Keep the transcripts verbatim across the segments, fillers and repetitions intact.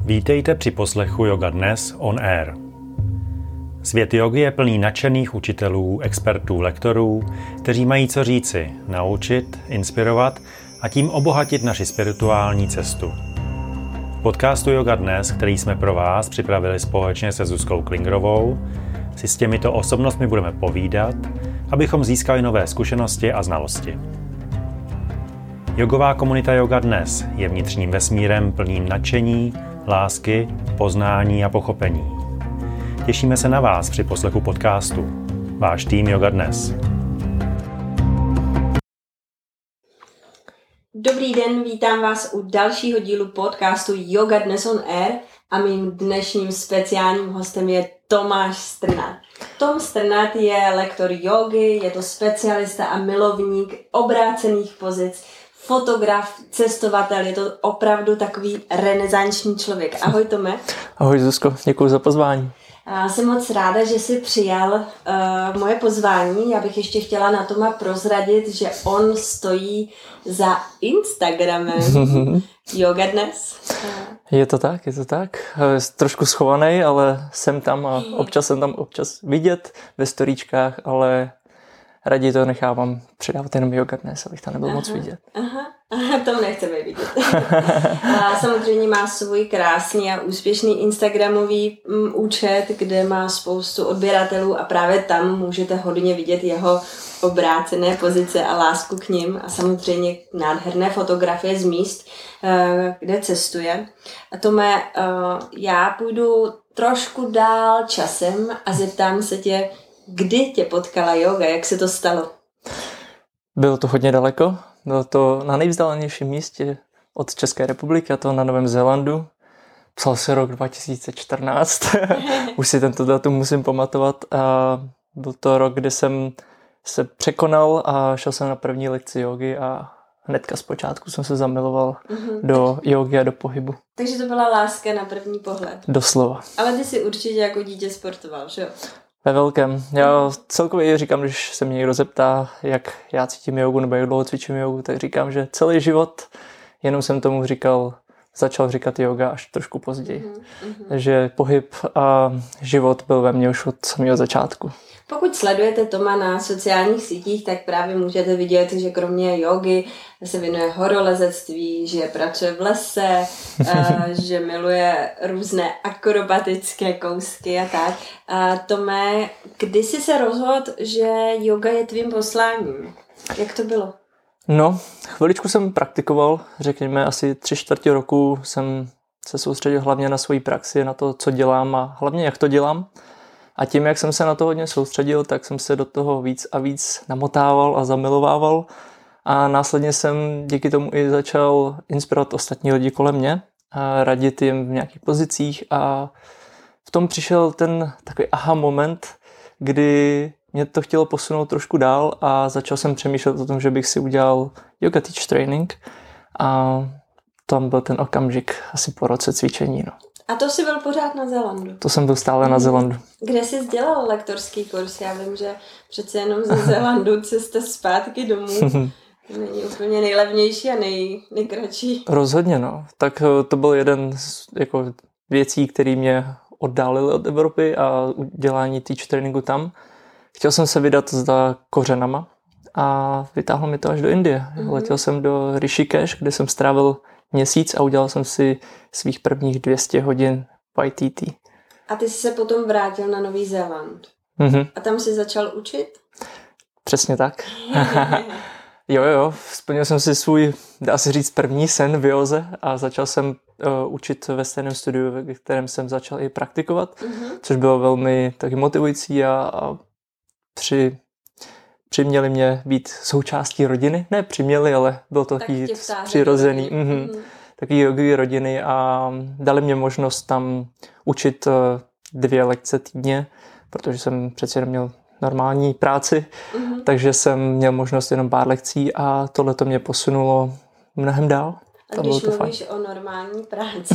Vítejte při poslechu Yoga Dnes on Air. Svět jogy je plný nadšených učitelů, expertů, lektorů, kteří mají co říci, naučit, inspirovat a tím obohatit naši spirituální cestu. V podcastu Yoga Dnes, který jsme pro vás připravili společně se Zuzkou Klingrovou, si s těmito osobnostmi budeme povídat, abychom získali nové zkušenosti a znalosti. Jogová komunita Yoga Dnes je vnitřním vesmírem plným nadšení, lásky, poznání a pochopení. Těšíme se na vás při poslechu podcastu. Váš tým Yoga Dnes. Dobrý den, vítám vás u dalšího dílu podcastu Yoga Dnes on Air a mým dnešním speciálním hostem je Tomáš Strnad. Tom Strnad je lektor jógy, je to specialista a milovník obrácených pozic, fotograf, cestovatel, je to opravdu takový renesanční člověk. Ahoj Tome. Ahoj Zuzko, děkuji za pozvání. A jsem moc ráda, že jsi přijal uh, moje pozvání. Já bych ještě chtěla na Toma prozradit, že on stojí za Instagramem Yoga Dnes. Je to tak, je to tak. Je trošku schovaný, ale jsem tam a občas jsem tam občas vidět ve storíčkách, ale raději to nechávám předávat jenom Yoga Dnes, abych tam nebyl aha, moc vidět. Aha, aha, to nechceme vidět. A samozřejmě má svůj krásný a úspěšný instagramový um, účet, kde má spoustu odběratelů a právě tam můžete hodně vidět jeho obrácené pozice a lásku k nim a samozřejmě nádherné fotografie z míst, uh, kde cestuje. A Tome, uh, já půjdu trošku dál časem a zeptám se tě, kdy tě potkala yoga, jak se to stalo? Bylo to hodně daleko, bylo to na nejvzdálenějším místě od České republiky, a to na Novém Zélandu. Psal se rok dva tisíce čtrnáct, už si tento datum musím pamatovat. A byl to rok, kdy jsem se překonal a šel jsem na první lekci jógy a hnedka zpočátku jsem se zamiloval mm-hmm. do jógy a do pohybu. Takže to byla láska na první pohled. Doslova. Ale ty si určitě jako dítě sportoval, že jo? Ve velkém. Já celkově říkám, když se mě někdo zeptá, jak já cítím jogu nebo jak dlouho cvičím jogu, tak říkám, že celý život, jenom jsem tomu říkal, začal říkat yoga až trošku později. Mm-hmm. Takže pohyb a život byl ve mně už od samého začátku. Pokud sledujete Toma na sociálních sítích, tak právě můžete vidět, že kromě jógy se věnuje horolezectví, že pracuje v lese, že miluje různé akrobatické kousky a tak. A Tome, kdy jsi se rozhodl, že yoga je tvým posláním? Jak to bylo? No, chviličku jsem praktikoval, řekněme asi tři čtvrtě roku jsem se soustředil hlavně na svoji praxi, na to, co dělám a hlavně jak to dělám. A tím, jak jsem se na to hodně soustředil, tak jsem se do toho víc a víc namotával a zamilovával. A následně jsem díky tomu i začal inspirovat ostatní lidi kolem mě, a radit jim v nějakých pozicích. A v tom přišel ten takový aha moment, kdy mě to chtělo posunout trošku dál a začal jsem přemýšlet o tom, že bych si udělal yoga teach training. A tam byl ten okamžik asi po roce cvičení. No. A to jsi byl pořád na Zélandu? To jsem byl stále na Zélandu. Kde jsi dělal lektorský kurz? Já vím, že přece jenom ze Zélandu cesta zpátky domů není úplně nejlevnější a nej, nejkratší. Rozhodně, no. Tak to byl jeden z jako, věcí, které mě oddálily od Evropy a udělání teach tréninku tam. Chtěl jsem se vydat za kořenama a vytáhlo mi to až do Indie. Mm-hmm. Letěl jsem do Rishikesh, kde jsem strávil měsíc a udělal jsem si svých prvních dvě stě hodin Y T T. A ty jsi se potom vrátil na Nový Zéland. Mm-hmm. A tam jsi začal učit? Přesně tak. jo, jo, splnil jsem si svůj, dá se říct, první sen v józe a začal jsem uh, učit ve stejném studiu, ve kterém jsem začal i praktikovat, mm-hmm. což bylo velmi taky motivující a, a při... Přiměli mě být součástí rodiny. Ne přiměli, ale byl to takový přirozený. Mm-hmm. Mm. Takový jogový rodiny a dali mě možnost tam učit dvě lekce týdně, protože jsem přece jenom měl normální práci, mm-hmm. takže jsem měl možnost jenom pár lekcí a tohle to mě posunulo mnohem dál. A když mluvíš o normální práci,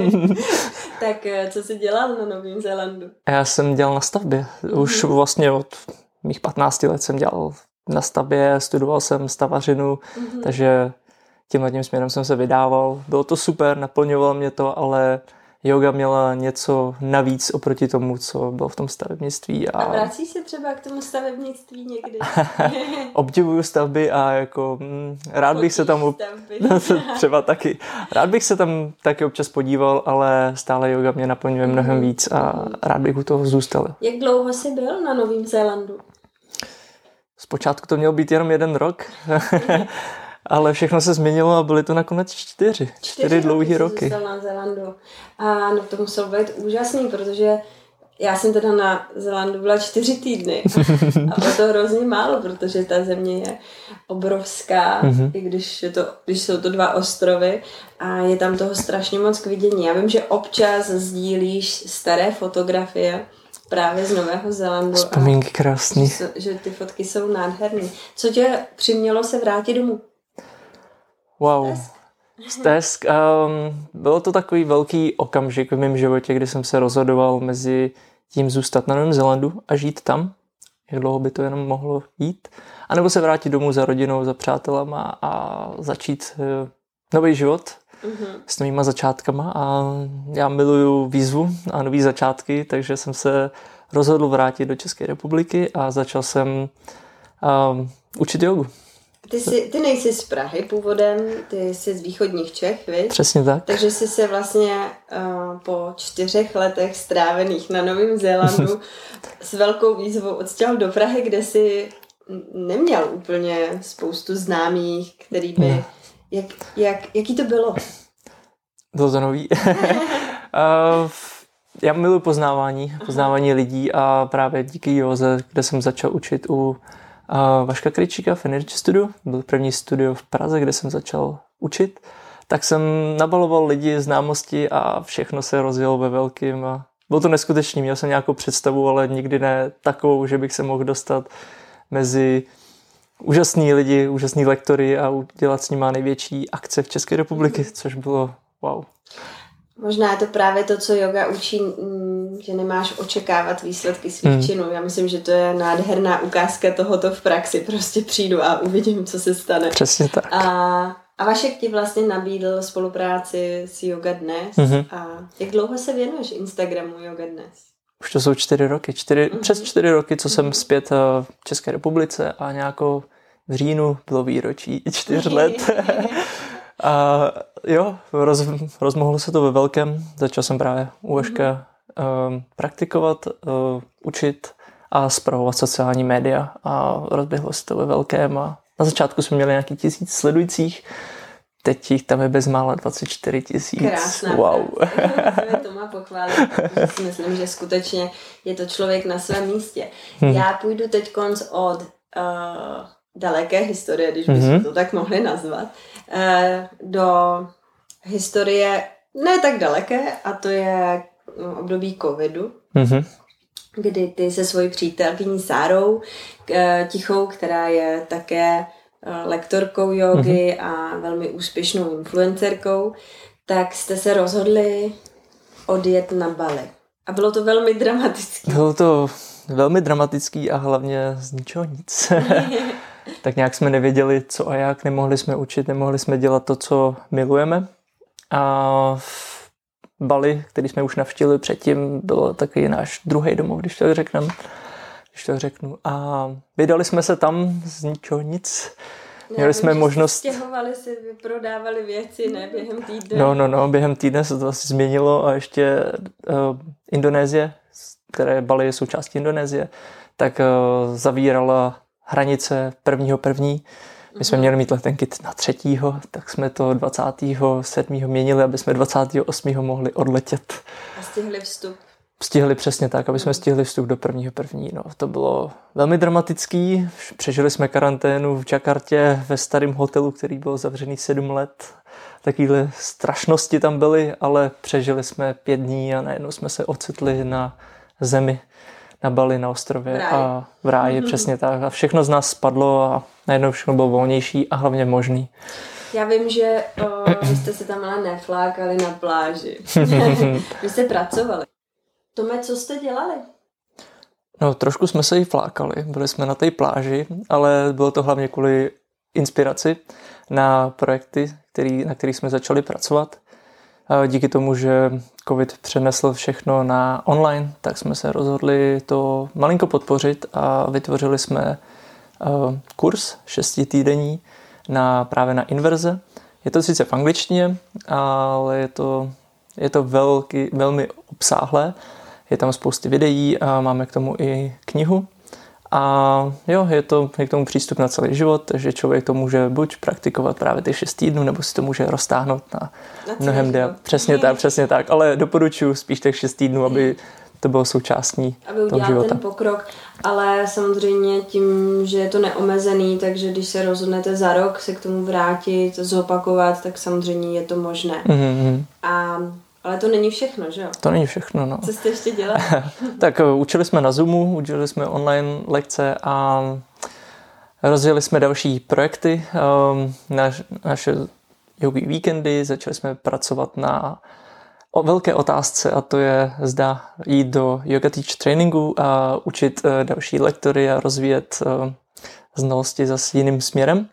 tak co jsi dělal na Novém Zélandu? Já jsem dělal na stavbě. Už mm-hmm. vlastně od mých patnácti let jsem dělal na stavbě, studoval jsem stavařinu, mm-hmm. takže tímhle tím směrem jsem se vydával. Bylo to super, naplňovalo mě to, ale yoga měla něco navíc oproti tomu, co bylo v tom stavebnictví. A, a vrací se třeba k tomu stavebnictví někdy? Obdivuju stavby a jako mm, rád bych se tam... třeba taky. Rád bych se tam taky občas podíval, ale stále yoga mě naplňuje mnohem víc a rád bych u toho zůstal. Jak dlouho jsi byl na Novém Zélandu? Zpočátku to měl být jenom jeden rok. Ale všechno se změnilo a byly to nakonec čtyři. Čtyři, čtyři dlouhý roky. Čtyři na Zélandu. A no to muselo být úžasný, protože já jsem teda na Zélandu byla čtyři týdny. A bylo to hrozně málo, protože ta země je obrovská, mm-hmm. i když, je to, když jsou to dva ostrovy a je tam toho strašně moc k vidění. Já vím, že občas sdílíš staré fotografie právě z Nového Zélandu. Vzpomínky krásný. Že, že ty fotky jsou nádherný. Co tě přimělo se vrátit domů? Wow, stesk. Um, bylo to takový velký okamžik v mém životě, kdy jsem se rozhodoval mezi tím zůstat na Novém Zélandu a žít tam, jak dlouho by to jenom mohlo jít, anebo se vrátit domů za rodinou, za přátelama a začít uh, nový život mm-hmm. s novýma začátkama. A já miluju výzvu a nový začátky, takže jsem se rozhodl vrátit do České republiky a začal jsem um, učit jogu. Ty, jsi, ty nejsi z Prahy původem, ty jsi z východních Čech, viď? Přesně tak. Takže jsi se vlastně uh, po čtyřech letech strávených na Novém Zélandu s velkou výzvou odstěhoval do Prahy, kde jsi neměl úplně spoustu známých, který by... Hmm. Jak, jak, jaký to bylo? Bylo to nový. uh, já miluji poznávání, poznávání lidí a právě díky józe, kde jsem začal učit u Uh, Vaška Krejčíka v Energy Studio, byl první studio v Praze, kde jsem začal učit, tak jsem nabaloval lidi, známosti a všechno se rozjelo ve velkým a bylo to neskutečný, měl jsem nějakou představu, ale nikdy ne takovou, že bych se mohl dostat mezi úžasný lidi, úžasný lektory a udělat s nima největší akce v České republiky, což bylo wow. Možná je to právě to, co yoga učí, že nemáš očekávat výsledky svých hmm. činů. Já myslím, že to je nádherná ukázka tohoto v praxi. Prostě přijdu a uvidím, co se stane. Přesně tak. A, a Vašek ti vlastně nabídl spolupráci s Yoga Dnes. Hmm. A jak dlouho se věnuješ Instagramu Yoga Dnes? Už to jsou čtyři roky. Čtyři, hmm. Přes čtyři roky, co jsem zpět v České republice a nějakou v říjnu bylo výročí čtyř let. A jo, roz, rozmohlo se to ve velkém. Začal jsem právě u Vaška um, praktikovat, uh, učit a spravovat sociální média a rozběhlo se to ve velkém. A na začátku jsme měli nějaký tisíc sledujících, teď jich tam je bezmála dvacet čtyři tisíc. Krásná. Wow. Musíme to má pochválit, protože si myslím, že skutečně je to člověk na svém místě. Hmm. Já půjdu teď konc od uh, daleké historie, když bychom mm-hmm. to tak mohli nazvat, do historie ne tak daleké, a to je období covidu, mm-hmm. kdy ty se svojí přítelkyní Sárou Tichou, která je také lektorkou jógy mm-hmm. a velmi úspěšnou influencerkou, tak jste se rozhodli odjet na Bali. A bylo to velmi dramatické. Bylo to velmi dramatický a hlavně z ničeho nic. Tak nějak jsme nevěděli, co a jak, nemohli jsme učit, nemohli jsme dělat to, co milujeme. A v Bali, který jsme už navštívili předtím, bylo takový náš druhý domov, když to řekneme. Když to řeknu. A vydali jsme se tam z ničeho nic. Ne, Měli jsme možnost... Stěhovali si, vyprodávali věci, ne během týdne. No, no, no, během týdne se to asi změnilo a ještě uh, Indonésie, které Bali je součástí Indonésie, tak uh, zavírala hranice prvního první. My jsme měli mít letenky na třetího, tak jsme to dvacátého sedmého měnili, aby jsme dvacátého osmého mohli odletět. A stihli vstup. Stihli přesně tak, aby jsme stihli vstup do prvního první. No, to bylo velmi dramatický. Přežili jsme karanténu v Jakartě ve starém hotelu, který byl zavřený sedm let. Takovéhle strašnosti tam byly, ale přežili jsme pět dní a najednou jsme se ocitli na zemi, na Bali, na ostrově v a v ráji, mm-hmm. přesně tak. A všechno z nás spadlo a najednou všechno bylo volnější a hlavně možný. Já vím, že o, vy jste se tam ale neflákali na pláži. Vy jste pracovali. Tome, co jste dělali? No, trošku jsme se i flákali. Byli jsme na té pláži, ale bylo to hlavně kvůli inspiraci na projekty, který, na kterých jsme začali pracovat. Díky tomu, že covid přenesl všechno na online, tak jsme se rozhodli to malinko podpořit a vytvořili jsme kurz šestitýdenní na, právě na inverze. Je to sice v angličtině, ale je to, je to velký, velmi obsáhlé. Je tam spousty videí a máme k tomu i knihu. A jo, je to je k tomu přístup na celý život, takže člověk to může buď praktikovat právě těch šest týdnů, nebo si to může roztáhnout na, na mnohem déle. Přesně tak, přesně tak. Ale doporučuji spíš těch šest týdnů, aby to bylo součástí aby toho života. ten pokrok, ale samozřejmě tím, že je to neomezený, takže když se rozhodnete za rok se k tomu vrátit, zopakovat, tak samozřejmě je to možné. Mm-hmm. A ale to není všechno, že jo? To není všechno, no. Co jste ještě dělali? Tak učili jsme na Zoomu, učili jsme online lekce a rozjeli jsme další projekty. Naš, naše yogi víkendy, začali jsme pracovat na o velké otázce a to je zda jít do yoga teach tréninku a učit další lektory a rozvíjet znalosti zase jiným směrem.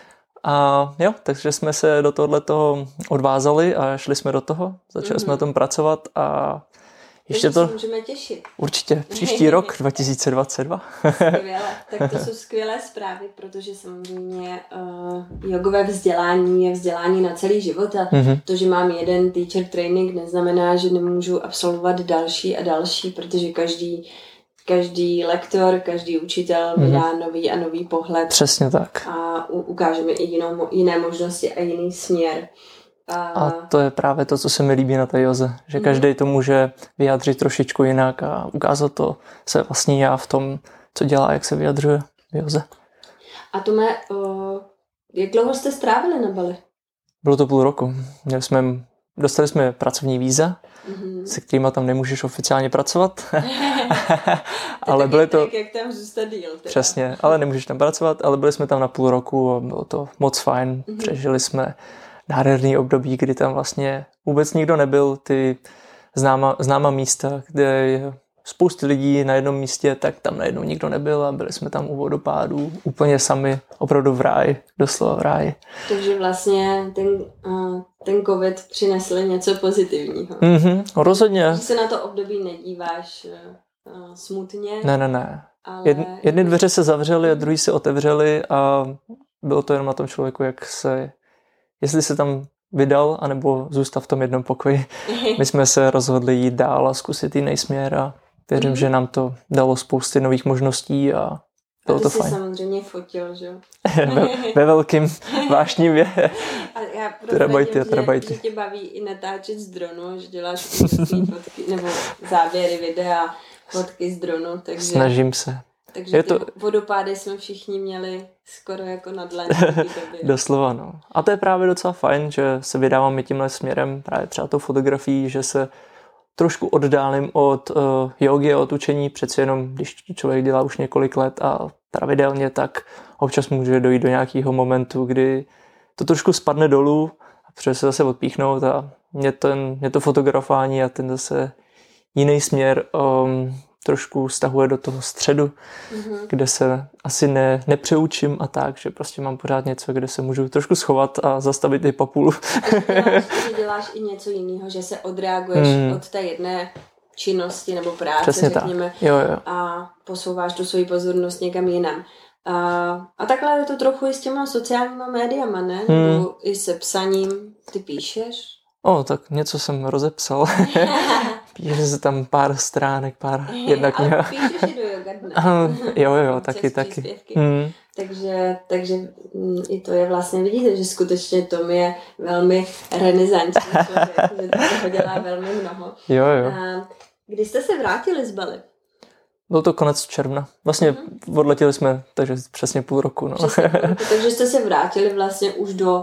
A jo, takže jsme se do tohoto odvázali a šli jsme do toho, začali mm-hmm. jsme na tom pracovat a ještě takže to... se můžeme těšit. Určitě, příští rok dva tisíce dvacet dva. Skvěle, tak to jsou skvělé zprávy, protože samozřejmě uh, jogové vzdělání je vzdělání na celý život a mm-hmm. to, že mám jeden teacher training, neznamená, že nemůžu absolvovat další a další, protože každý Každý lektor, každý učitel mi dá nový a nový pohled. Přesně tak. A u, ukáže mi i jinou, jiné možnosti a jiný směr. A... a to je právě to, co se mi líbí na té joze. Že každý to může vyjádřit trošičku jinak a ukázat to se vlastní já v tom, co dělá, jak se vyjadřuje v joze. A Tome, o, jak dlouho jste strávili na Bali? Bylo to půl roku. Měli jsme, dostali jsme pracovní víza, mm-hmm. se kterýma tam nemůžeš oficiálně pracovat. ale byly to... Tak, jak tam zůstat díl. Teda. Přesně, ale nemůžeš tam pracovat, ale byli jsme tam na půl roku a bylo to moc fajn. Mm-hmm. Přežili jsme nádherný období, kdy tam vlastně vůbec nikdo nebyl. Ty známa, známa místa, kde je spousty lidí na jednom místě, tak tam najednou nikdo nebyl a byli jsme tam u vodopádů úplně sami, opravdu v ráji, doslova v ráji. Takže vlastně ten, ten covid přinesl něco pozitivního. Mm-hmm, rozhodně. Že se na to období nedíváš smutně. Ne, ne, ne. Ale... Jedny, jedny dveře se zavřely a druhý se otevřely a bylo to jenom na tom člověku, jak se, jestli se tam vydal, anebo zůstal v tom jednom pokoji. My jsme se rozhodli jít dál a zkusit jiný směr a věřím, mm. že nám to dalo spousty nových možností a bylo a to jsi fajn. samozřejmě fotil, že jo? ve, ve velkým vášnivě. A já Trabajty a trabajty. Že tě baví i natáčet z dronu, že děláš úžasný fotky, nebo záběry, videa, fotky z dronu. Takže, snažím se. Takže je ty to... vodopády jsme všichni měli skoro jako na dlaní. Doslova, no. A to je právě docela fajn, že se vydávám i tímhle směrem, právě třeba tou fotografií, že se trošku oddálím od uh, jogy a od učení, přeci jenom, když člověk dělá už několik let a pravidelně, tak občas může dojít do nějakého momentu, kdy to trošku spadne dolů a přece se zase odpíchnout a mě, ten, mě to fotografování a ten zase jiný směr um, trošku stahuje do toho středu, mm-hmm. kde se asi ne, nepřeučím a tak, že prostě mám pořád něco, kde se můžu trošku schovat a zastavit i papulu. děláš, že děláš i něco jiného, že se odreaguješ mm. od té jedné činnosti nebo práce, přesně řekněme, tak. Jo, jo. A posouváš tu svoji pozornost někam jinam. A, a takhle je to trochu i s těma sociálníma médiama, ne? Mm. Nebo i se psaním. Ty píšeš? O, tak něco jsem rozepsal. Píše se tam pár stránek, pár jedna kniha. Ale píšeš i do yoga dne. Jo, jo, taky, taky. Mm. Takže, takže mm, i to je vlastně, vidíte, že skutečně Tom je velmi renesanční člověk, že toho dělá velmi mnoho. Jo, jo. A kdy jste se vrátili z Bali? Byl to konec června. Vlastně mm. odletěli jsme, takže přesně půl roku. No. Přesně půl roku, takže jste se vrátili vlastně už do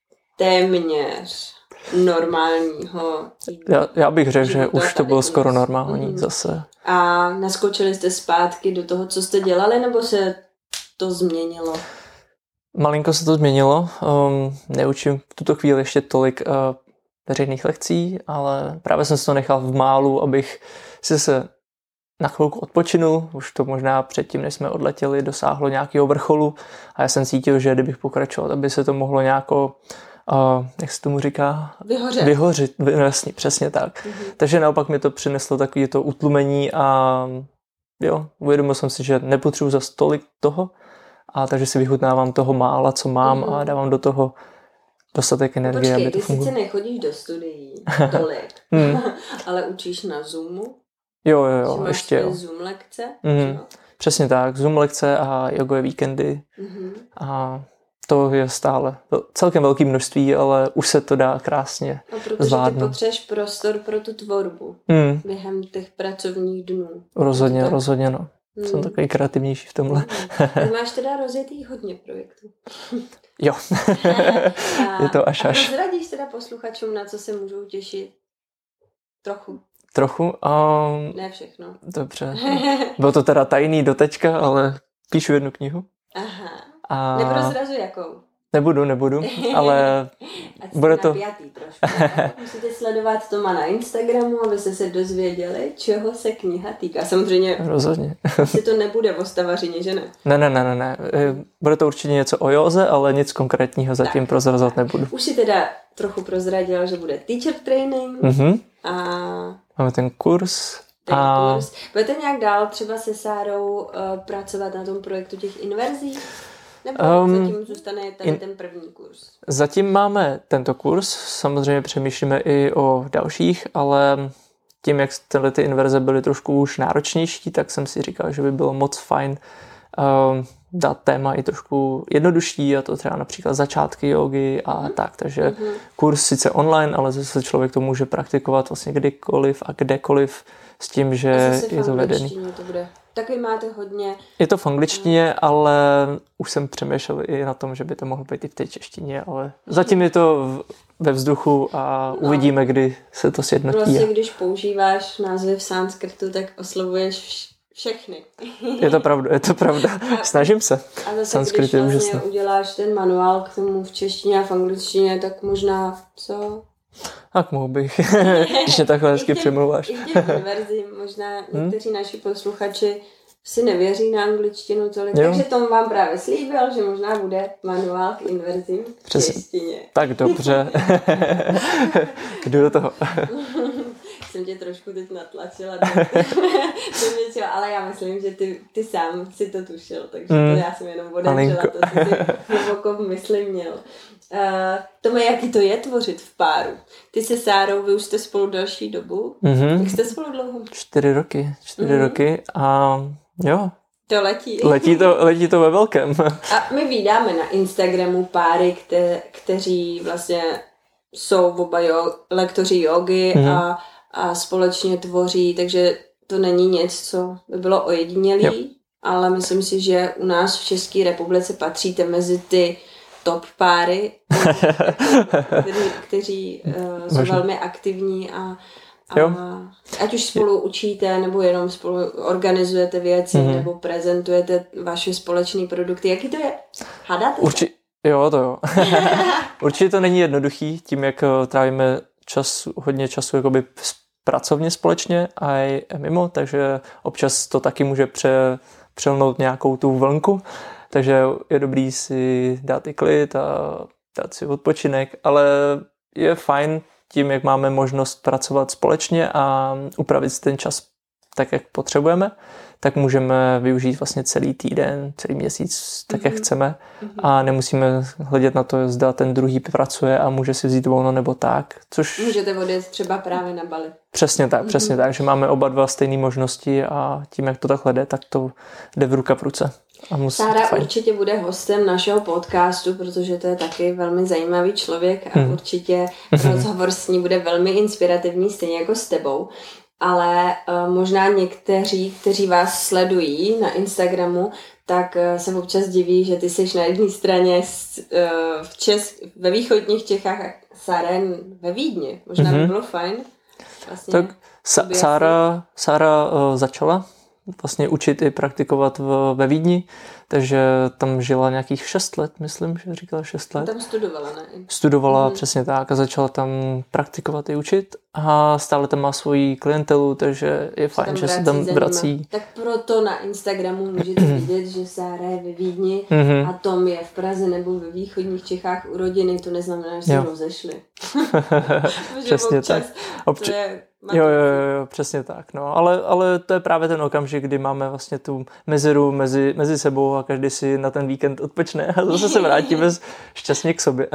téměř normálního. Já, já bych řekl, že už to bylo skoro normální mm. zase. A naskočili jste zpátky do toho, co jste dělali, nebo se to změnilo? Malinko se to změnilo. Um, neučím v tuto chvíli ještě tolik uh, veřejných lekcí, ale právě jsem si to nechal v málu, abych si se na chvilku odpočinul. Už to možná předtím, než jsme odletěli, dosáhlo nějakého vrcholu a já jsem cítil, že kdybych pokračoval, aby se to mohlo nějako uh, jak se tomu říká? Vyhořet. Vyhořit, jasně, přesně tak. Mm-hmm. Takže naopak mi to přineslo takové to utlumení a jo, uvědomil jsem si, že nepotřebuji za tolik toho, a takže si vychutnávám toho mála, co mám mm-hmm. a dávám do toho dostatek energie, Počkej, aby to ty fungovalo. sice nechodíš do studií tolik, mm. ale učíš na Zoomu? Jo, jo, jo, máš ještě jo. Zoom lekce? Mm. Přesně tak, Zoom lekce a jogové víkendy. Mm-hmm. A to je stále celkem velké množství, ale už se to dá krásně a protože zvládnout. ty potřebuješ prostor pro tu tvorbu mm. během těch pracovních dnů. Rozhodně, tak... rozhodně, no. Mm. Jsem takový kreativnější v tomhle. Mm. Ty máš teda rozjetý hodně projektů. Jo, je to až až. A rozradíš teda posluchačům, na co se můžou těšit? Trochu. Trochu? Um, ne všechno. Dobře. Bylo to teda tajný dotečka, ale píšu jednu knihu. Aha. A... Neprozrazuj jakou. Nebudu, nebudu, ale bude to... Trošku, musíte sledovat Toma na Instagramu, abyste se dozvěděli, čeho se kniha týká. Samozřejmě rozhodně. Asi to nebude o stavařině, že ne? Ne, ne, ne, ne, ne. Bude to určitě něco o józe, ale nic konkrétního zatím tak, prozrazovat nebudu. Už si teda trochu prozradila, že bude teacher training mm-hmm. a... Máme ten kurz. Ten a... kurz. Budete nějak dál třeba se Sárou uh, pracovat na tom projektu těch inverzí? Nebo um, zatím zůstane tady in... ten první kurz? Zatím máme tento kurz, samozřejmě přemýšlíme i o dalších, ale tím, jak tyhle ty inverze byly trošku už náročnější, tak jsem si říkal, že by bylo moc fajn um, dát téma i trošku jednodušší, a to třeba například začátky jogy a mm. tak, takže mm-hmm. kurz sice online, ale zase člověk to může praktikovat vlastně kdykoliv a kdekoliv s tím, že je to vedený. To bude. Tak vy máte hodně... Je to v angličtině, ale už jsem přemýšlel i na tom, že by to mohlo být i v té češtině, ale zatím je to ve vzduchu a no. uvidíme, kdy se to sjednotí. Vlastně, když používáš názvy v sanskrtu, tak oslovuješ vš- všechny. Je to pravda, je to pravda. Snažím se. A zase, Sanskrit když je vlastně úžasný. uděláš ten manuál k tomu v češtině a v angličtině, tak možná co... Tak mohl bych, když mě takhle hezky přemluváš. I v těch inverzí možná někteří hmm? naši posluchači si nevěří na angličtinu tolik, jo. Takže Tom vám právě slíbil, že možná bude manuál k inverzím v Přesně. češtině. Tak dobře. Jdu do toho. Jsem tě trošku teď natlačila do, do něčeho, ale já myslím, že ty, ty sám si to tušil, takže mm. to já jsem jenom odemřela to, co jsi hluboko v mysli měl. Uh, Tome, jaký to je tvořit v páru? Ty se Sárou, vy už jste spolu další dobu. Mm-hmm. Jak jste spolu dlouho? Čtyři roky. Čtyři mm-hmm. roky a jo. To letí. Letí to, letí to ve velkém. A my vídáme na Instagramu páry, kte, kteří vlastně jsou oba jo, lektoři jogy mm-hmm. a, a společně tvoří, takže to není nic, co by bylo ojedinělý, jo. Ale myslím si, že u nás v České republice patříte mezi ty top páry, kteří, kteří uh, jsou Možná. velmi aktivní a, a ať už spolu učíte, nebo jenom spolu organizujete věci, mm-hmm. nebo prezentujete vaše společné produkty. Jaký to je? Hádáte Urči- Jo, to jo. Určitě to není jednoduchý, tím, jak trávíme čas, hodně času jakoby pracovně společně a i mimo, takže občas to taky může pře, přelnout nějakou tu vlnku. Takže je dobrý si dát i klid a dát si odpočinek, ale je fajn tím, jak máme možnost pracovat společně a upravit si ten čas tak, jak potřebujeme, tak můžeme využít vlastně celý týden, celý měsíc tak, mm-hmm. jak chceme a nemusíme hledět na to, zda ten druhý pracuje a může si vzít volno nebo tak. Což... Můžete odjet třeba právě na Bali. Přesně tak, mm-hmm. přesně tak, že máme oba dva stejné možnosti a tím, jak to takhle jde, tak to jde v ruka v ruce. Sára určitě bude hostem našeho podcastu, protože to je taky velmi zajímavý člověk a mm. určitě rozhovor s ní bude velmi inspirativní, stejně jako s tebou. Ale uh, možná někteří, kteří vás sledují na Instagramu, tak uh, se občas diví, že ty jsi na jedné straně s, uh, v Česk, ve východních Čechách a Sára ve Vídni. Možná mm-hmm. by bylo fajn. Vlastně tak Sa- Sára, Sára uh, začala vlastně učit i praktikovat v, ve Vídni, takže tam žila nějakých šest let, myslím, že říkala šest let. Tam studovala, ne? Studovala, mm-hmm. přesně tak, a začala tam praktikovat i učit a stále tam má svoji klientelu, takže je se fajn, že se tam vrací. Tak proto na Instagramu můžete vidět, že Sára je ve Vídni mm-hmm. a Tom je v Praze nebo ve východních Čechách u rodiny, to neznamená, že se rozešli. Přesně tak. Obč- Jo, jo, jo, přesně tak. No, ale, ale to je právě ten okamžik, kdy máme vlastně tu mezeru mezi, mezi sebou a každý si na ten víkend odpočne a zase se vrátíme šťastně k sobě.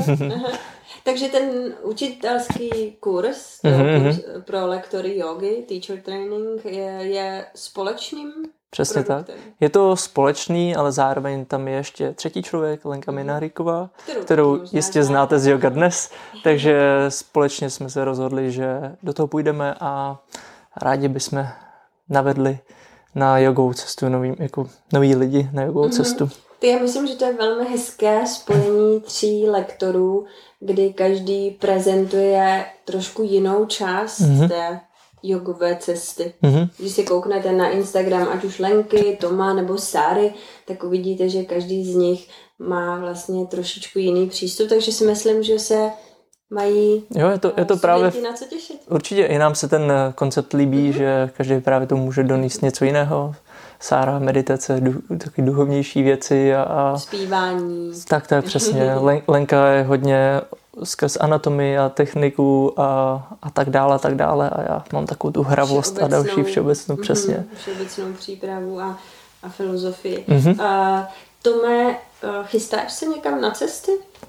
Takže ten učitelský kurz, mm-hmm. kurz pro lektory jogy, teacher training, je, je společným Přesně produktem. Tak. Je to společný, ale zároveň tam je ještě třetí člověk, Lenka Minaríková, kterou, kterou jistě znáte z Yoga Dnes, takže společně jsme se rozhodli, že do toho půjdeme a rádi bychom navedli na jogovou cestu nový, jako noví lidi na jogovou mm-hmm. cestu. Já myslím, že to je velmi hezké spojení tří lektorů, kdy každý prezentuje trošku jinou část mm-hmm. té jogové cesty. Mm-hmm. Když si kouknete na Instagram, ať už Lenky, Toma nebo Sáry, tak uvidíte, že každý z nich má vlastně trošičku jiný přístup, takže si myslím, že se mají jo, je to, je to právě na co těšit. Určitě i nám se ten koncept líbí, mm-hmm. že každý právě to může donést něco jiného. Sára, meditace, du, taky duchovnější věci a, a zpívání. Tak, tak, přesně. Len, Lenka je hodně skrz anatomii a techniku a, a tak dále, a tak dále. A já mám takovou tu hravost a další všeobecnou, přesně. Mm, všeobecnou přípravu a, a filozofii. Mm-hmm. A Tome, chystáš se někam na cesty?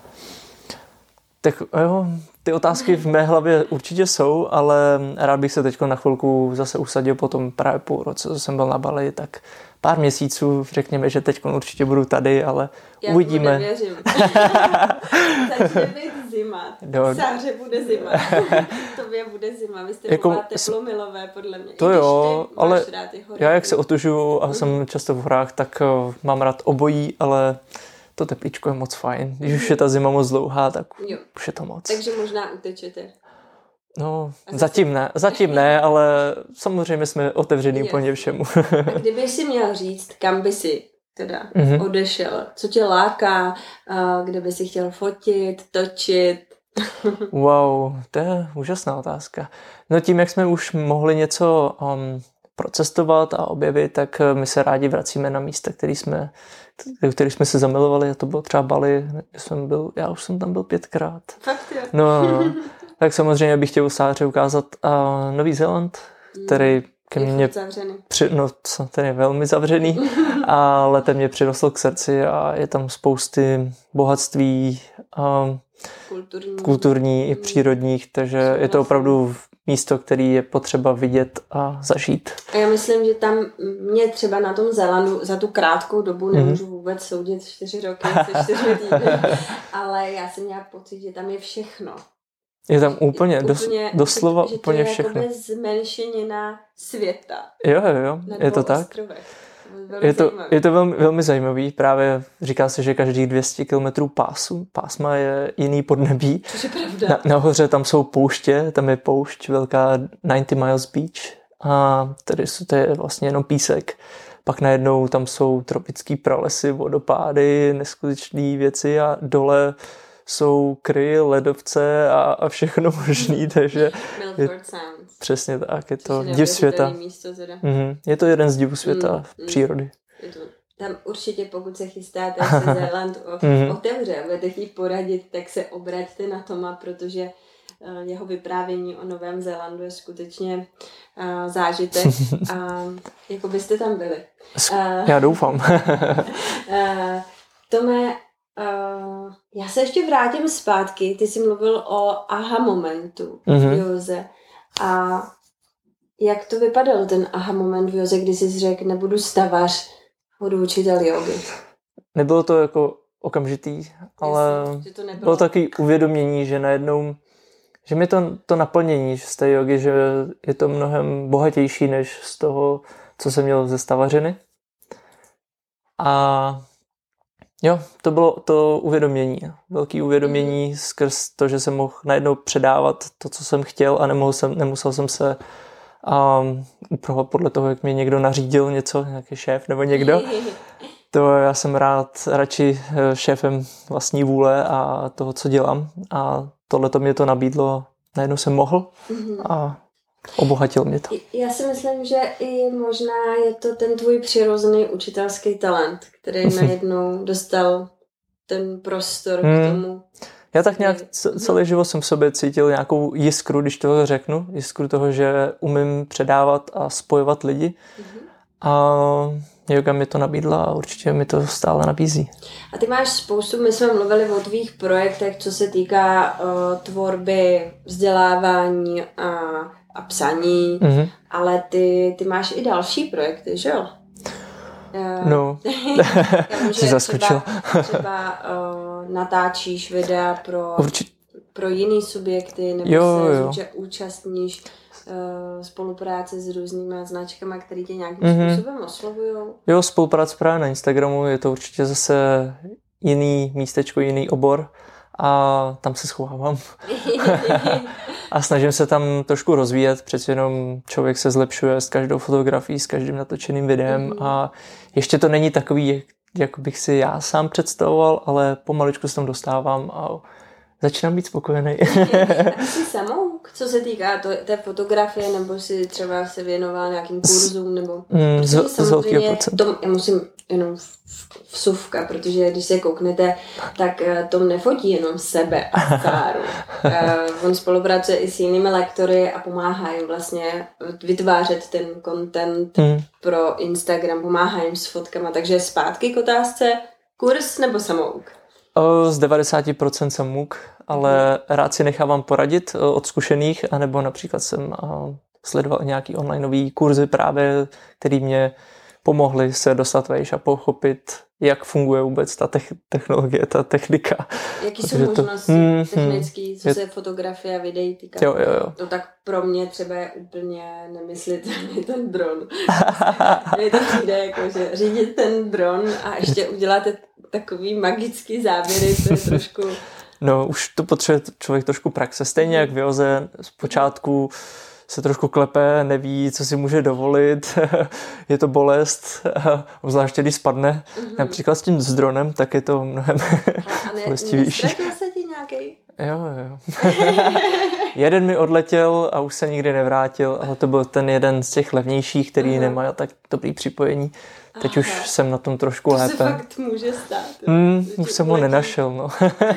Tak jo, ty otázky v mé hlavě určitě jsou, ale rád bych se teď na chvilku zase usadil po tom právě půl roce, co jsem byl na Bali, tak pár měsíců, řekněme, že teď určitě budu tady, ale já uvidíme. Já nevěřím. Začne být zima. Do... Sáře bude zima. Tobě bude zima. Vy jste jako... teplomilové, podle mě. To jo, ale hory, já jak se otužuju a mm. jsem často v horách, tak uh, mám rád obojí, ale to teplíčko je moc fajn. Když už je ta zima moc dlouhá, tak jo. Už je to moc. Takže možná utečete. No, zatím ne, zatím ne, ale samozřejmě jsme otevření úplně všemu. A kdyby si měl říct, kam by si teda mm-hmm. odešel, co tě láká, kde by si chtěl fotit, točit? Wow, to je úžasná otázka. No tím, jak jsme už mohli něco um, procestovat a objevit, tak my se rádi vracíme na místa, který jsme, který jsme se zamilovali, a to bylo třeba Bali, kde jsem byl, já už jsem tam byl pětkrát. Fakt jo. No, no, no. Tak samozřejmě bych chtěl Sáře ukázat uh, Nový Zéland, který ke mně při, no, ten je velmi zavřený, ale ten mě přirostl k srdci a je tam spousty bohatství um, kulturní, kulturní i přírodních, takže je to opravdu místo, který je potřeba vidět a zažít. A já myslím, že tam mě třeba na tom Zélandu za tu krátkou dobu nemůžu vůbec soudit čtyři roky, čtyři týdny, ale já jsem měla pocit, že tam je všechno. Je tam úplně, dos, úplně doslova že úplně to je všechno. Je zmenšenina světa. Jo, jo, jo, je to tak. Je to, je to velmi, velmi zajímavý. Právě říká se, že každých dvě stě kilometrů pásu, pásma je jiný podnebí. Což je pravda. Na, nahoře tam jsou pouště, tam je poušť velká ninety Miles Beach a tady to je vlastně jenom písek. Pak najednou tam jsou tropický pralesy, vodopády, neskutečné věci a dole jsou kryje, ledovce a, a všechno možný, takže je, přesně tak, je to div světa. Místo, mm-hmm. Je to jeden z divů světa mm, přírody. Je to, tam určitě, pokud se chystáte, se Zéland mm-hmm. otevře a budete chtít poradit, tak se obraťte na Toma, protože uh, jeho vyprávění o Novém Zélandu je skutečně uh, zážitek a jako byste tam byli. Uh, Já doufám. uh, Tome, Uh, já se ještě vrátím zpátky. Ty jsi mluvil o aha momentu mm-hmm. v józe. A jak to vypadal ten aha moment v józe, kdy jsi řekl, nebudu stavař, budu učitel jógy? Nebylo to jako okamžitý, ale Jasně, to bylo taky uvědomění, že najednou, že mi to, to naplnění z té jógy, že je to mnohem bohatější než z toho, co jsem měl ze stavařiny. A jo, to bylo to uvědomění. Velké uvědomění skrz to, že jsem mohl najednou předávat to, co jsem chtěl a nemohl jsem, nemusel jsem se a podle toho, jak mi někdo nařídil něco, nějaký šéf nebo někdo, to já jsem rád radši šéfem vlastní vůle a toho, co dělám, a tohle to mě to nabídlo, najednou jsem mohl a obohatil mě to. Já si myslím, že i možná je to ten tvůj přirozený učitelský talent, který najednou dostal ten prostor hmm. k tomu. Já tak nějak celý život jsem v sobě cítil nějakou jiskru, když toho řeknu, jiskru toho, že umím předávat a spojovat lidi. Mm-hmm. A yoga mi to nabídla a určitě mi to stále nabízí. A ty máš spoustu, my jsme mluvili o tvých projektech, co se týká uh, tvorby, vzdělávání a, a psaní, mm-hmm. ale ty, ty máš i další projekty, že jo? Uh, no, jsi zaskočil. Třeba, třeba uh, natáčíš videa pro, pro jiný subjekty, nebo jo, se jo. Zúča- účastníš uh, spolupráce s různými značkami, které tě nějakým mm-hmm. způsobem oslovujou. Jo, spolupráce právě na Instagramu, je to určitě zase jiný místečko, jiný obor a tam se schovávám. A snažím se tam trošku rozvíjet, přeci jenom člověk se zlepšuje s každou fotografií, s každým natočeným videem mm-hmm. a ještě to není takový, jak, jak bych si já sám představoval, ale pomaličku se tam dostávám a začínám být spokojený. A jsi samouk, co se týká to, té fotografie, nebo si třeba se věnoval nějakým kurzům, nebo... Mm, z, z velkého procenta. Tom, já musím jenom vsuvka, protože když se kouknete, tak Tom nefotí jenom sebe a Sáru. uh, on spolupracuje i s jinými lektory a pomáhá jim vlastně vytvářet ten content mm. pro Instagram, pomáhá jim s fotkama, takže zpátky k otázce, kurz nebo samouk? Z devadesát procent samouk, ale rád si nechávám poradit od zkušených, anebo například jsem sledoval nějaký onlineový kurzy právě, který mě pomohli se dostat vejš a pochopit, jak funguje vůbec ta technologie, ta technika. Jaký jsou možnosti to, technický, co je, se fotografie a videí týká? Jo, jo, jo. No tak pro mě třeba je úplně nemyslitelný ten dron. Mně to přijde jako, že řídit ten dron a ještě uděláte takový magický záběry, to je trošku... No, už to potřebuje člověk trošku praxe. Stejně jak v józe zpočátku se trošku klepe, neví, co si může dovolit, je to bolest, obzvláště když spadne. Mm-hmm. Například s tím s dronem, tak je to mnohem bolestivější. A ne, se ti nějaký? Jo, jo. Jeden mi odletěl a už se nikdy nevrátil, ale to byl ten jeden z těch levnějších, který uh-huh. nemá tak dobrý připojení. Teď Aha. už jsem na tom trošku to lépe. To se fakt může stát. Mm, už jsem ho nenašel, no.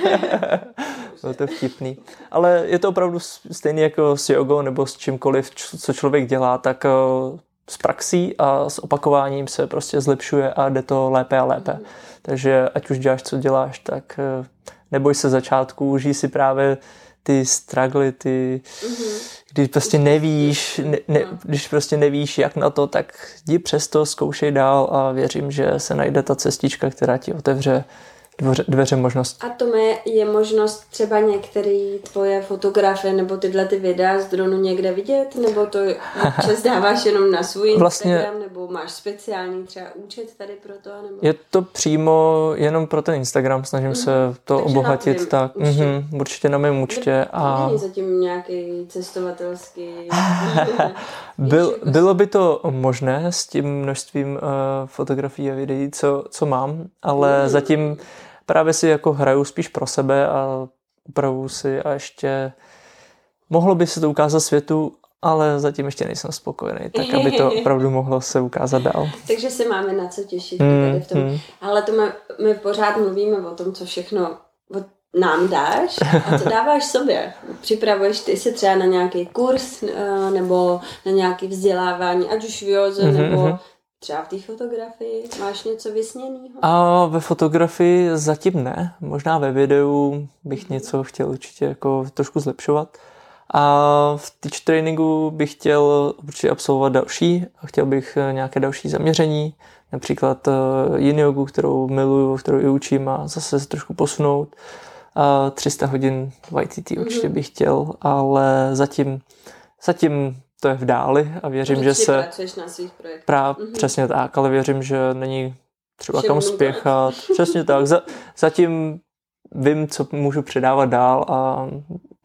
Bylo to vtipný. Ale je to opravdu stejný jako s jogou nebo s čímkoliv, co člověk dělá, tak s praxí a s opakováním se prostě zlepšuje a jde to lépe a lépe. Mm. Takže ať už děláš, co děláš, tak neboj se začátku, žij si právě ty struggly, ty, mm-hmm. když prostě nevíš, ne, ne, když prostě nevíš, jak na to, tak jdi přesto, zkoušej dál a věřím, že se najde ta cestička, která ti otevře dvoře, dveře možností. A Tome, je možnost třeba některé tvoje fotografie nebo tyhle ty videa z dronu někde vidět? Nebo to občas dáváš jenom na svůj Instagram? Vlastně, nebo máš speciální třeba účet tady pro to? Nebo... Je to přímo jenom pro ten Instagram, snažím mm-hmm. se to Takže obohatit. Na tak, určitě. Mm-hmm, určitě na mém účtě. A... Není zatím nějaký cestovatelský... Byl, bylo by to možné s tím množstvím uh, fotografií a videí, co, co mám, ale mm. zatím právě si jako hraju spíš pro sebe a upravuju si a ještě mohlo by se to ukázat světu, ale zatím ještě nejsem spokojený, tak aby to opravdu mohlo se ukázat dál. Takže se máme na co těšit mm, tady v tom. Mm. Ale to my, my pořád mluvíme o tom, co všechno nám dáš a co dáváš sobě. Připravuješ ty se třeba na nějaký kurz nebo na nějaké vzdělávání, ať už v józe mm-hmm, nebo třeba v té fotografii. Máš něco vysněného? A ve fotografii zatím ne. Možná ve videu bych mm-hmm. něco chtěl určitě jako trošku zlepšovat. A v teach trainingu bych chtěl určitě absolvovat další. Chtěl bych nějaké další zaměření. Například yin jogu, kterou miluju, kterou i učím a zase se trošku posunout. A tři sta hodin Y T T určitě bych chtěl, ale zatím, zatím to je v dáli a věřím, že se... pracuješ na svých projektech. Právě, mm-hmm. Přesně tak, ale věřím, že není třeba kam spěchat. Přesně tak. Za, zatím vím, co můžu předávat dál a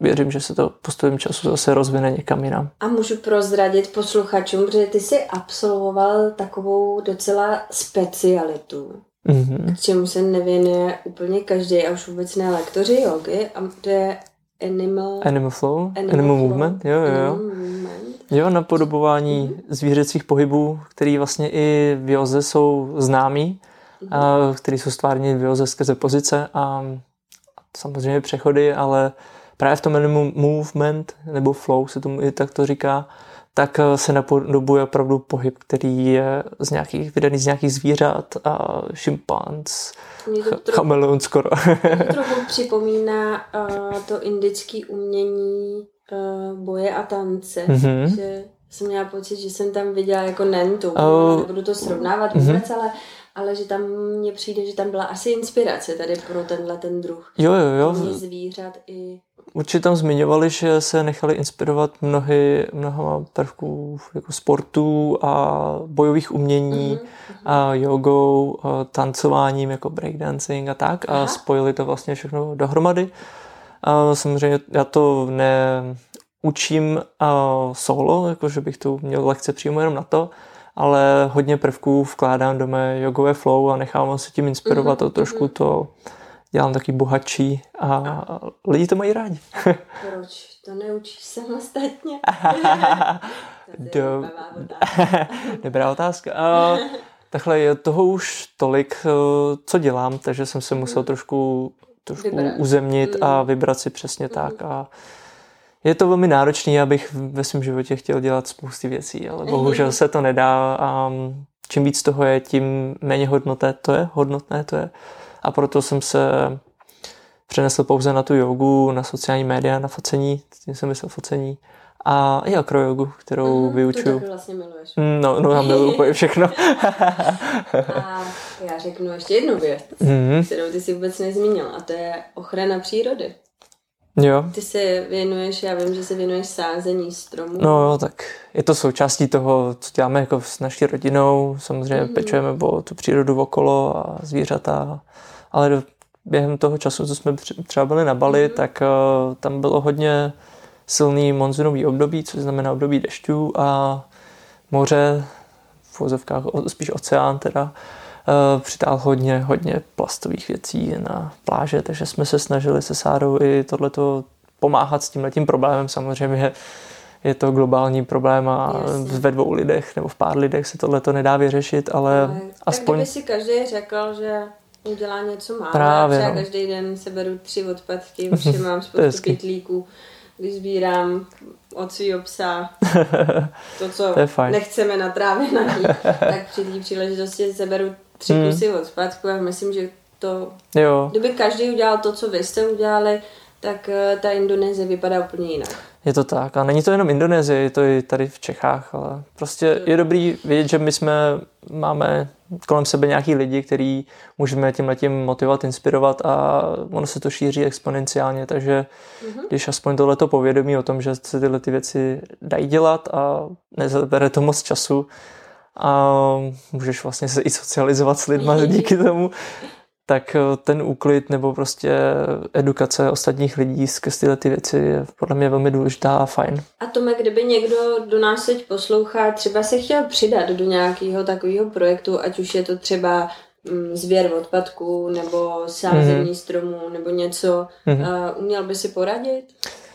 věřím, že se to postupem času zase rozvine někam jinam. A můžu prozradit posluchačům, protože ty jsi absolvoval takovou docela specialitu, mm-hmm. k čemu se nevěnuje úplně každý a už vůbec ne lektoři jogy, a to je Animal... Animal flow, Animal, animal flow. Movement, jo, jo, jo. Animal movement. Jo, napodobování mm-hmm. zvířecích pohybů, který vlastně i v józe jsou známý, mm-hmm. a který jsou stvárněny v józe skrze pozice a samozřejmě přechody, ale právě v tom animal movement, nebo flow se tomu i tak to říká, tak se napodobuje opravdu pohyb, který je z nějakých, vydaný z nějakých zvířat a šimpanz, ch- chameleon skoro. To trochu připomíná uh, to indické umění uh, boje a tance, mm-hmm. že jsem měla pocit, že jsem tam viděla jako nentu, uh, nebudu to srovnávat vůbec, mm-hmm. ale ale že tam mně přijde, že tam byla asi inspirace tady pro tenhle ten druh. Jo, jo, jo. Zvířat i... Určitě tam zmiňovali, že se nechali inspirovat mnohy, mnoha prvků jako sportů a bojových umění mm-hmm. a jogou, a tancováním jako breakdancing a tak. Aha. A spojili to vlastně všechno dohromady. A samozřejmě já to neučím solo, jako že bych tu měl lekce přímo jenom na to, ale hodně prvků vkládám do mé jogové flow a nechávám se tím inspirovat mm-hmm. a trošku to dělám taky bohatší a lidi to mají rádi. A proč to neučíš samostatně? Do... Dobrá otázka. Uh, takhle je toho už tolik, uh, co dělám, takže jsem se musel trošku, trošku uzemnit mm. a vybrat si přesně mm. tak. A je to velmi náročné, abych ve svém životě chtěl dělat spousty věcí, ale bohužel se to nedá a čím víc toho je, tím méně hodnotné to je, hodnotné to je. A proto jsem se přenesl pouze na tu jogu, na sociální média, na focení, tím jsem myslel focení, a i akrojogu, kterou mm, vyučuju. To taky vlastně miluješ. No, no já miluji úplně všechno. A já řeknu ještě jednu věc, mm-hmm. kterou ty si vůbec nezmínil, a to je ochrana přírody. Jo. Ty se věnuješ, já vím, že se věnuješ sázení stromů. No jo, tak je to součástí toho, co děláme jako s naší rodinou. Samozřejmě mm-hmm. pečujeme o tu přírodu okolo a zvířata, ale do, během toho času, co jsme třeba byli na Bali, mm-hmm. tak uh, tam bylo hodně silný monzunový období, což znamená období dešťů a moře, v vozovkách spíš oceán teda, uh, přitáhl hodně, hodně plastových věcí na pláže, takže jsme se snažili se Sárou i tohleto pomáhat s tímhletím problémem. Samozřejmě je to globální problém a Jasně. ve dvou lidech nebo v pár lidech se tohleto nedá vyřešit, ale no, aspoň... Tak kdyby si každý řekl, že udělá něco málo. Právě, třeba no. každý den se beru tři odpadky, už mám spoustu pytlíků, když sbírám od svýho psa to, co to nechceme na trávě najít, tak při té příležitosti se beru tři hmm. kusy odpadku a myslím, že to, jo. kdyby každý udělal to, co vy jste udělali, tak ta Indonésie vypadá úplně jinak. Je to tak. A není to jenom Indonésie, je to i tady v Čechách, ale prostě je dobrý vědět, že my jsme, máme kolem sebe nějaký lidi, který můžeme tímhletím motivovat, inspirovat a ono se to šíří exponenciálně, takže mm-hmm. když aspoň tohleto povědomí o tom, že se tyhle ty věci dají dělat a nezabere to moc času a můžeš vlastně se i socializovat s lidma díky tomu, tak ten úklid nebo prostě edukace ostatních lidí skrz tyhle ty věci je podle mě velmi důležitá a fajn. A Tome, kdyby někdo do nás teď poslouchá, třeba se chtěl přidat do nějakého takového projektu, ať už je to třeba sběr odpadků nebo sázení mm-hmm. stromů nebo něco, mm-hmm. uh, uměl by si poradit?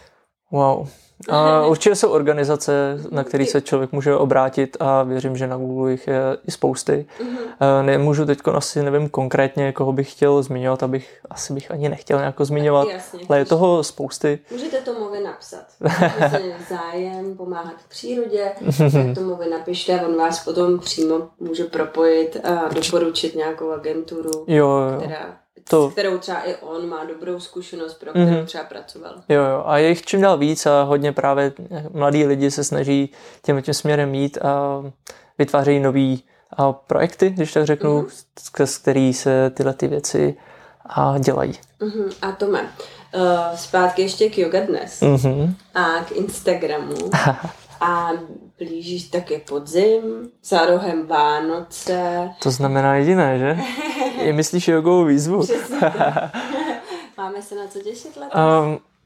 Wow. A určitě jsou organizace, na které se člověk může obrátit a věřím, že na Google jich je i spousty. Mm-hmm. Nemůžu teď asi nevím konkrétně, koho bych chtěl zmiňovat, abych asi bych ani nechtěl nějak zmiňovat, Jasně, ale je toho spousty. Můžete Tomovi napsat. Máte zájem pomáhat v přírodě, tak Tomovi napište a on vás potom přímo může propojit a doporučit nějakou agenturu, jo, jo. která... To... s kterou třeba i on má dobrou zkušenost, pro kterou mm-hmm. třeba pracoval. Jo, jo. A je jich čím dál víc a hodně právě mladí lidi se snaží tím, tím směrem jít a vytvářejí nový a projekty, když tak řeknu, mm-hmm. s který se tyhle ty věci a dělají. Mm-hmm. A Tome, uh, zpátky ještě k Yoga Dnes mm-hmm. a k Instagramu. A blížíš taky podzim, za rohem Vánoce. To znamená jediné, že? Je myslíš jogovou výzvu? Přesně. Máme se na co těšit letos? Um,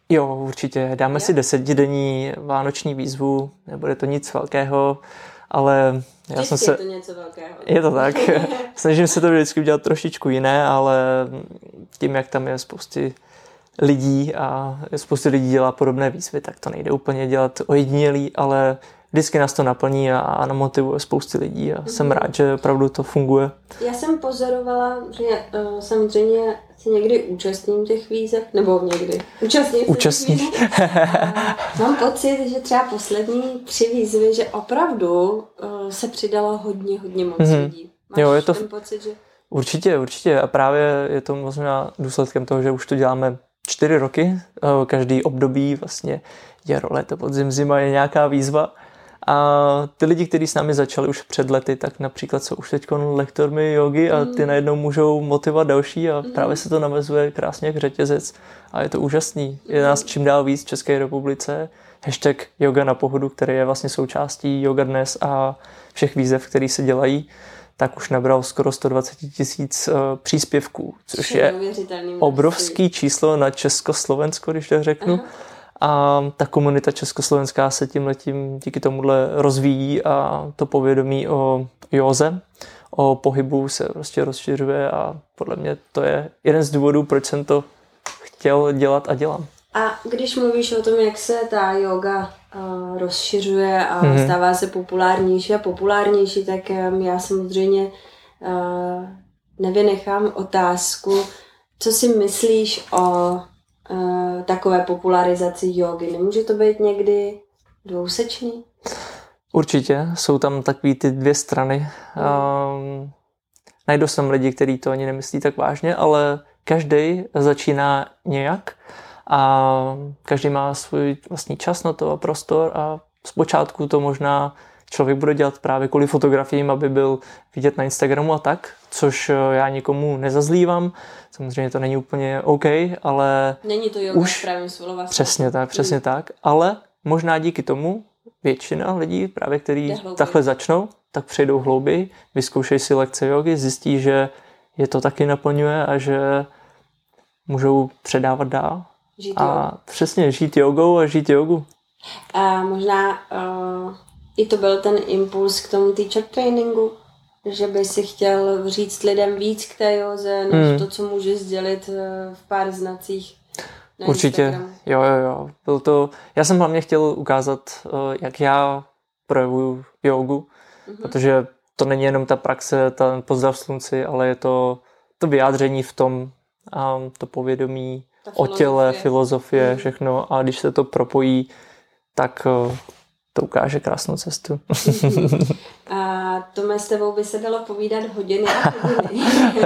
Jo, určitě. Dáme jo? si desetidenní vánoční výzvu, nebude to nic velkého, ale já jsem se... je to něco velkého. Je to tak. Snažím se to vždycky udělat trošičku jiné, ale tím, jak tam je spousty lidí a spousty lidí dělá podobné výzvy, tak to nejde úplně dělat ojedinělý, ale vždycky nás to naplní a, a namotivuje spousty lidí a mm-hmm. jsem rád, že opravdu to funguje. Já jsem pozorovala, že uh, samozřejmě se někdy účastním těch výzev, nebo někdy účastním Účastní. těch výzev. Mám pocit, že třeba poslední tři výzvy, že opravdu uh, se přidalo hodně, hodně moc mm-hmm. lidí. Máš jo, je to ten pocit, že... Určitě, určitě. A právě je to možná důsledkem toho, že už to děláme čtyři roky. Každý období vlastně jaro, léto, podzim, zima je nějaká výzva. A ty lidi, kteří s námi začali už před lety, tak například jsou už teď lektormi jogy a ty najednou můžou motivovat další a právě se to navazuje krásně jak řetězec. A je to úžasný. Je nás čím dál víc v České republice. Hashtag Yoga na pohodu, který je vlastně součástí Yoga Dnes a všech výzev, které se dělají, tak už nabral skoro sto dvacet tisíc uh, příspěvků, což je obrovský číslo na Československo, když to řeknu. Aha. A ta komunita československá se tímhletím díky tomuhle rozvíjí a to povědomí o józe, o pohybu se prostě rozšiřuje a podle mě to je jeden z důvodů, proč jsem to chtěl dělat a dělám. A když mluvíš o tom, jak se ta yoga uh, rozšiřuje a mm-hmm. stává se populárnější a populárnější, tak um, já samozřejmě uh, nevynechám otázku, co si myslíš o uh, takové popularizaci jogy. Nemůže to být někdy dvousečný? Určitě. Jsou tam takový ty dvě strany. Mm. Um, najdou jsem lidi, kteří to ani nemyslí tak vážně, ale každý začíná nějak. A každý má svůj vlastní čas na to a prostor a zpočátku to možná člověk bude dělat právě kvůli fotografiím, aby byl vidět na Instagramu a tak, což já nikomu nezazlívám. Samozřejmě to není úplně OK, ale není to yoga už právě slova. Přesně tak, přesně mm. tak, ale možná díky tomu většina lidí, právě který takhle začnou, tak přejdou hlouběji, vyzkoušejí si lekce jogy, zjistí, že je to taky naplňuje a že můžou předávat dál. Žít a jogu. Přesně, žít jogou a žít jogu. A možná uh, i to byl ten impuls k tomu teacher trainingu, že by si chtěl říct lidem víc k té józe, než hmm. to, co může sdělit uh, v pár znacích na Určitě, Instagramu. jo, jo, jo. Byl to, já jsem hlavně chtěl ukázat, uh, jak já projevuju jogu, mm-hmm. protože to není jenom ta praxe, ten pozdrav slunci, ale je to, to vyjádření v tom, um, to povědomí, o těle, filozofie, mm. všechno a když se to propojí, tak uh, to ukáže krásnou cestu. A Tome, s tebou by se dalo povídat hodiny a hodiny.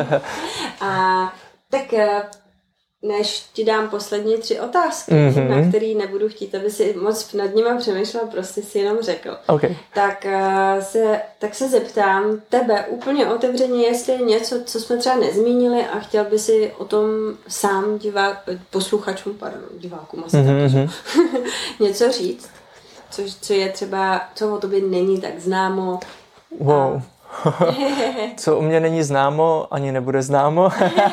A tak než ti dám poslední tři otázky, mm-hmm. na které nebudu chtít, aby si moc nad nimi přemýšlel, prostě si jenom řekl. Okay. Tak, se, tak se zeptám tebe úplně otevřeně, jestli je něco, co jsme třeba nezmínili a chtěl by si o tom sám divá, posluchačům, pardon, divákům asi mm-hmm. taky, něco říct, co, co je třeba, co o tobě není tak známo. Wow. A... Co o mě není známo, ani nebude známo.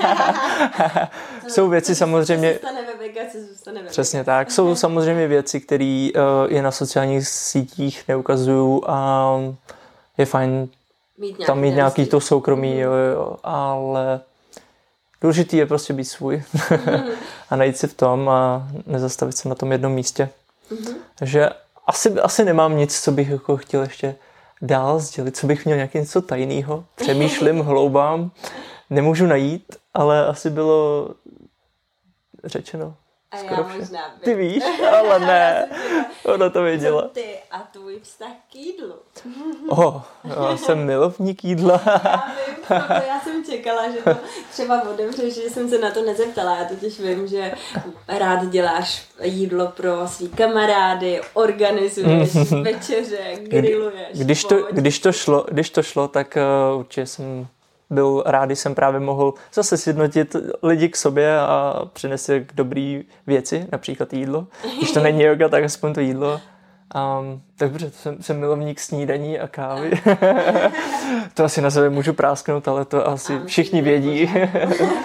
Jsou věci samozřejmě... Zůstane ve vegaci, zůstane ve Přesně tak. Jsou samozřejmě věci, které uh, je na sociálních sítích neukazuju a je fajn mít tam mít nějaký to soukromí, jo, jo, ale důležitý je prostě být svůj a najít si v tom a nezastavit se na tom jednom místě. Takže asi, asi nemám nic, co bych jako chtěl ještě dál sdělit, co bych měl nějaké něco tajného. Přemýšlím, hloubám, nemůžu najít, ale asi bylo řečeno. A skoro já možná vše. Ty víš, ale ne. Ona to věděla. Co ty a tvůj vztah k jídlu? Oh, já jsem milovník jídla. Já vím, proto já jsem čekala, že to třeba otevřeš, že jsem se na to nezeptala. Já totiž vím, že rád děláš jídlo pro svý kamarády, organizuješ večeře, grilluješ. Když to, když to, šlo, když to šlo, tak uh, určitě jsem byl rád, když jsem právě mohl zase sjednotit lidi k sobě a přinést k dobrý věci, například jídlo. Když to není yoga, tak aspoň to jídlo. Um, tak dobře, jsem, jsem milovník snídaní a kávy. To asi na sebe můžu prásknout, ale to asi všichni vědí.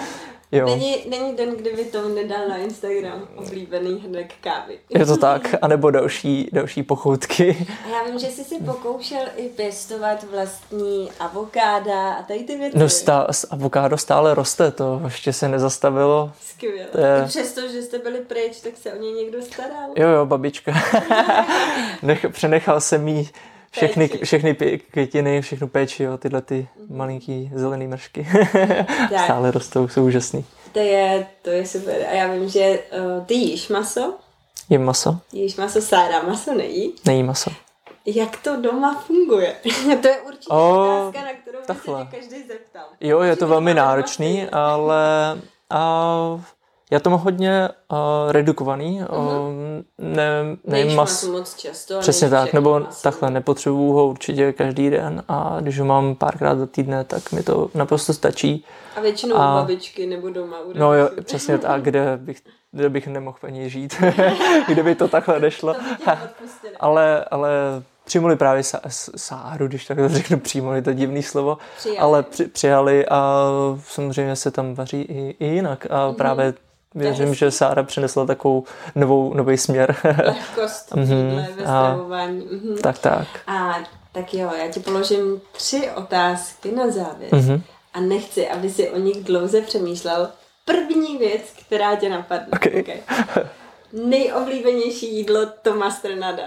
Jo. Není, není den, kdyby to nedal na Instagram oblíbený hrnek kávy. Je to tak, anebo další, další pochoutky. A já vím, že jsi si pokoušel i pěstovat vlastní avokáda a tady ty věci. No stá, avokádo stále roste, to ještě se nezastavilo. Skvěle. Je... I přesto, že jste byli pryč, tak se o ně někdo staral. Jo, jo, babička. Nech, přenechal jsem jí všechny, všechny pě, květiny, všechnu péči, jo, tyhle ty malinký zelený mršky. Stále rostou, jsou úžasný. To je, to je super. A já vím, že uh, ty jíš maso. Jím maso. Jíš maso, Sára maso nejí. Nejí maso. Jak to doma funguje? To je určitě o, otázka, na kterou by se mě každý zeptal. Jo, je to velmi náročný, ale a, já to mám hodně uh, redukovaný. Uh-huh. Ne, nejím maso moc často. Přesně tak, nebo maso. Takhle, nepotřebuju ho určitě každý den a když ho mám párkrát za týdne, tak mi to naprosto stačí. A většinou a, u babičky nebo doma. U no jo, přesně tak, kde bych, kde bych nemohl ani žít, kde by to takhle nešlo. To by ale, ale přijmuli právě Sáru, když tak řeknu přijmuli, to je divný slovo, přijali. ale při, přijali a samozřejmě se tam vaří i, i jinak a mm-hmm. právě věřím, že Sára přinesla takovou novou, nový směr. Lehkost mm-hmm. ve stravování. Mm-hmm. Tak, tak. A tak jo, já ti položím tři otázky na závěr. Mm-hmm. A nechci, aby si o nich dlouze přemýšlel. První věc, která tě napadne. Okay. Okay. Nejoblíbenější jídlo Toma Strnada.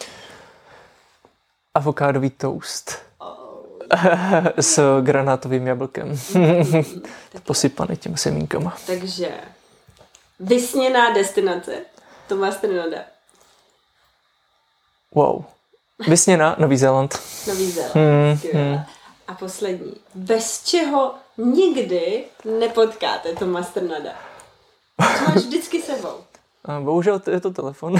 Avokádový toast. Oh. S granátovým jablkem. Posypaný těm semínkama. Takže vysněná destinace Toma Strnada. Wow. Vysněná Nový Zéland. Nový Zéland. Hmm, hmm. A poslední. Bez čeho nikdy nepotkáte Toma Strnada. Co máš vždycky sebou? A bohužel je to telefon.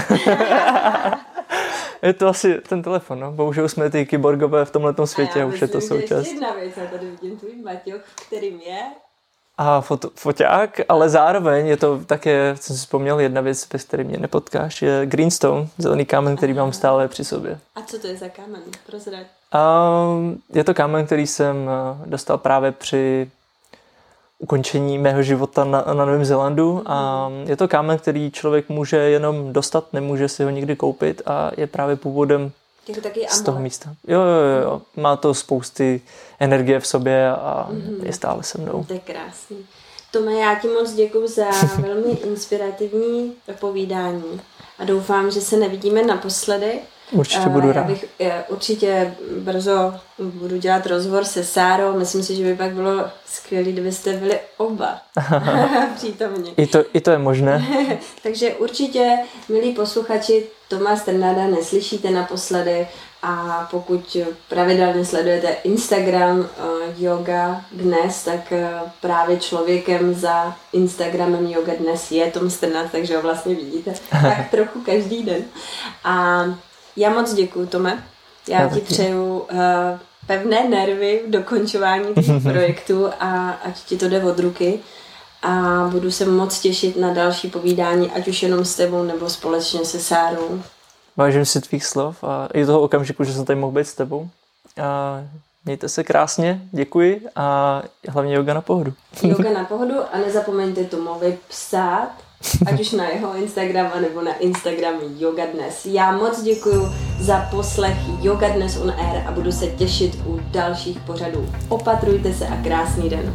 Je to asi ten telefon, no. Bohužel jsme ty kyborgové v tomhletom světě, už je to součást. Ještě jedna věc, já tady vidím tvůj baťoch, kterým je... A foto, foťák, ale zároveň je to také, jsem si vzpomněl, jedna věc, bez které mě nepotkáš, je greenstone, zelený kámen, který Aha. mám stále při sobě. A co to je za kámen? Prozrať. Um, je to kámen, který jsem dostal právě při ukončení mého života na, na Novém Zélandu a je to kámen, který člověk může jenom dostat, nemůže si ho nikdy koupit a je právě původem jako taky z toho místa. Jo, jo, jo, má to spousty energie v sobě a mm-hmm. je stále se mnou. To je krásný. Tome, já ti moc děkuju za velmi inspirativní povídání a doufám, že se nevidíme naposledy. Určitě budu rád. Já bych, já určitě brzo budu dělat rozhovor se Sárou. Myslím si, že by pak bylo skvělé, kdybyste byli oba přítomni. I to, I to je možné. Takže určitě, milí posluchači, Toma Strnada neslyšíte naposledy a pokud pravidelně sledujete Instagram uh, Yoga Dnes, tak uh, právě člověkem za Instagramem Yoga Dnes je Tom Strnad, takže ho vlastně vidíte tak trochu každý den. A já moc děkuju, Tome. Já, já ti taky. přeju uh, pevné nervy v dokončování těch projektů a ať ti to jde od ruky. A budu se moc těšit na další povídání, ať už jenom s tebou nebo společně se Sárou. Vážím si tvých slov a i toho okamžiku, že jsem tady mohl být s tebou. A mějte se krásně, děkuji a hlavně yoga na pohodu. Yoga na pohodu a nezapomeňte Tomovi psát, ať už na jeho Instagram, nebo na Instagram Yoga Dnes. Já moc děkuju za poslech Yoga Dnes on Air a budu se těšit u dalších pořadů. Opatrujte se a krásný den.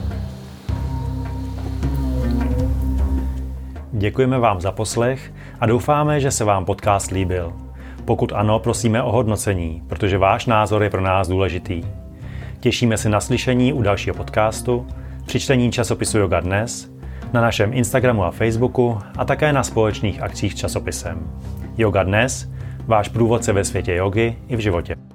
Děkujeme vám za poslech a doufáme, že se vám podcast líbil. Pokud ano, prosíme o hodnocení, protože váš názor je pro nás důležitý. Těšíme se na slyšení u dalšího podcastu, při čtení časopisu Yoga Dnes, na našem Instagramu a Facebooku a také na společných akcích s časopisem. Yoga Dnes, váš průvodce ve světě jogy i v životě.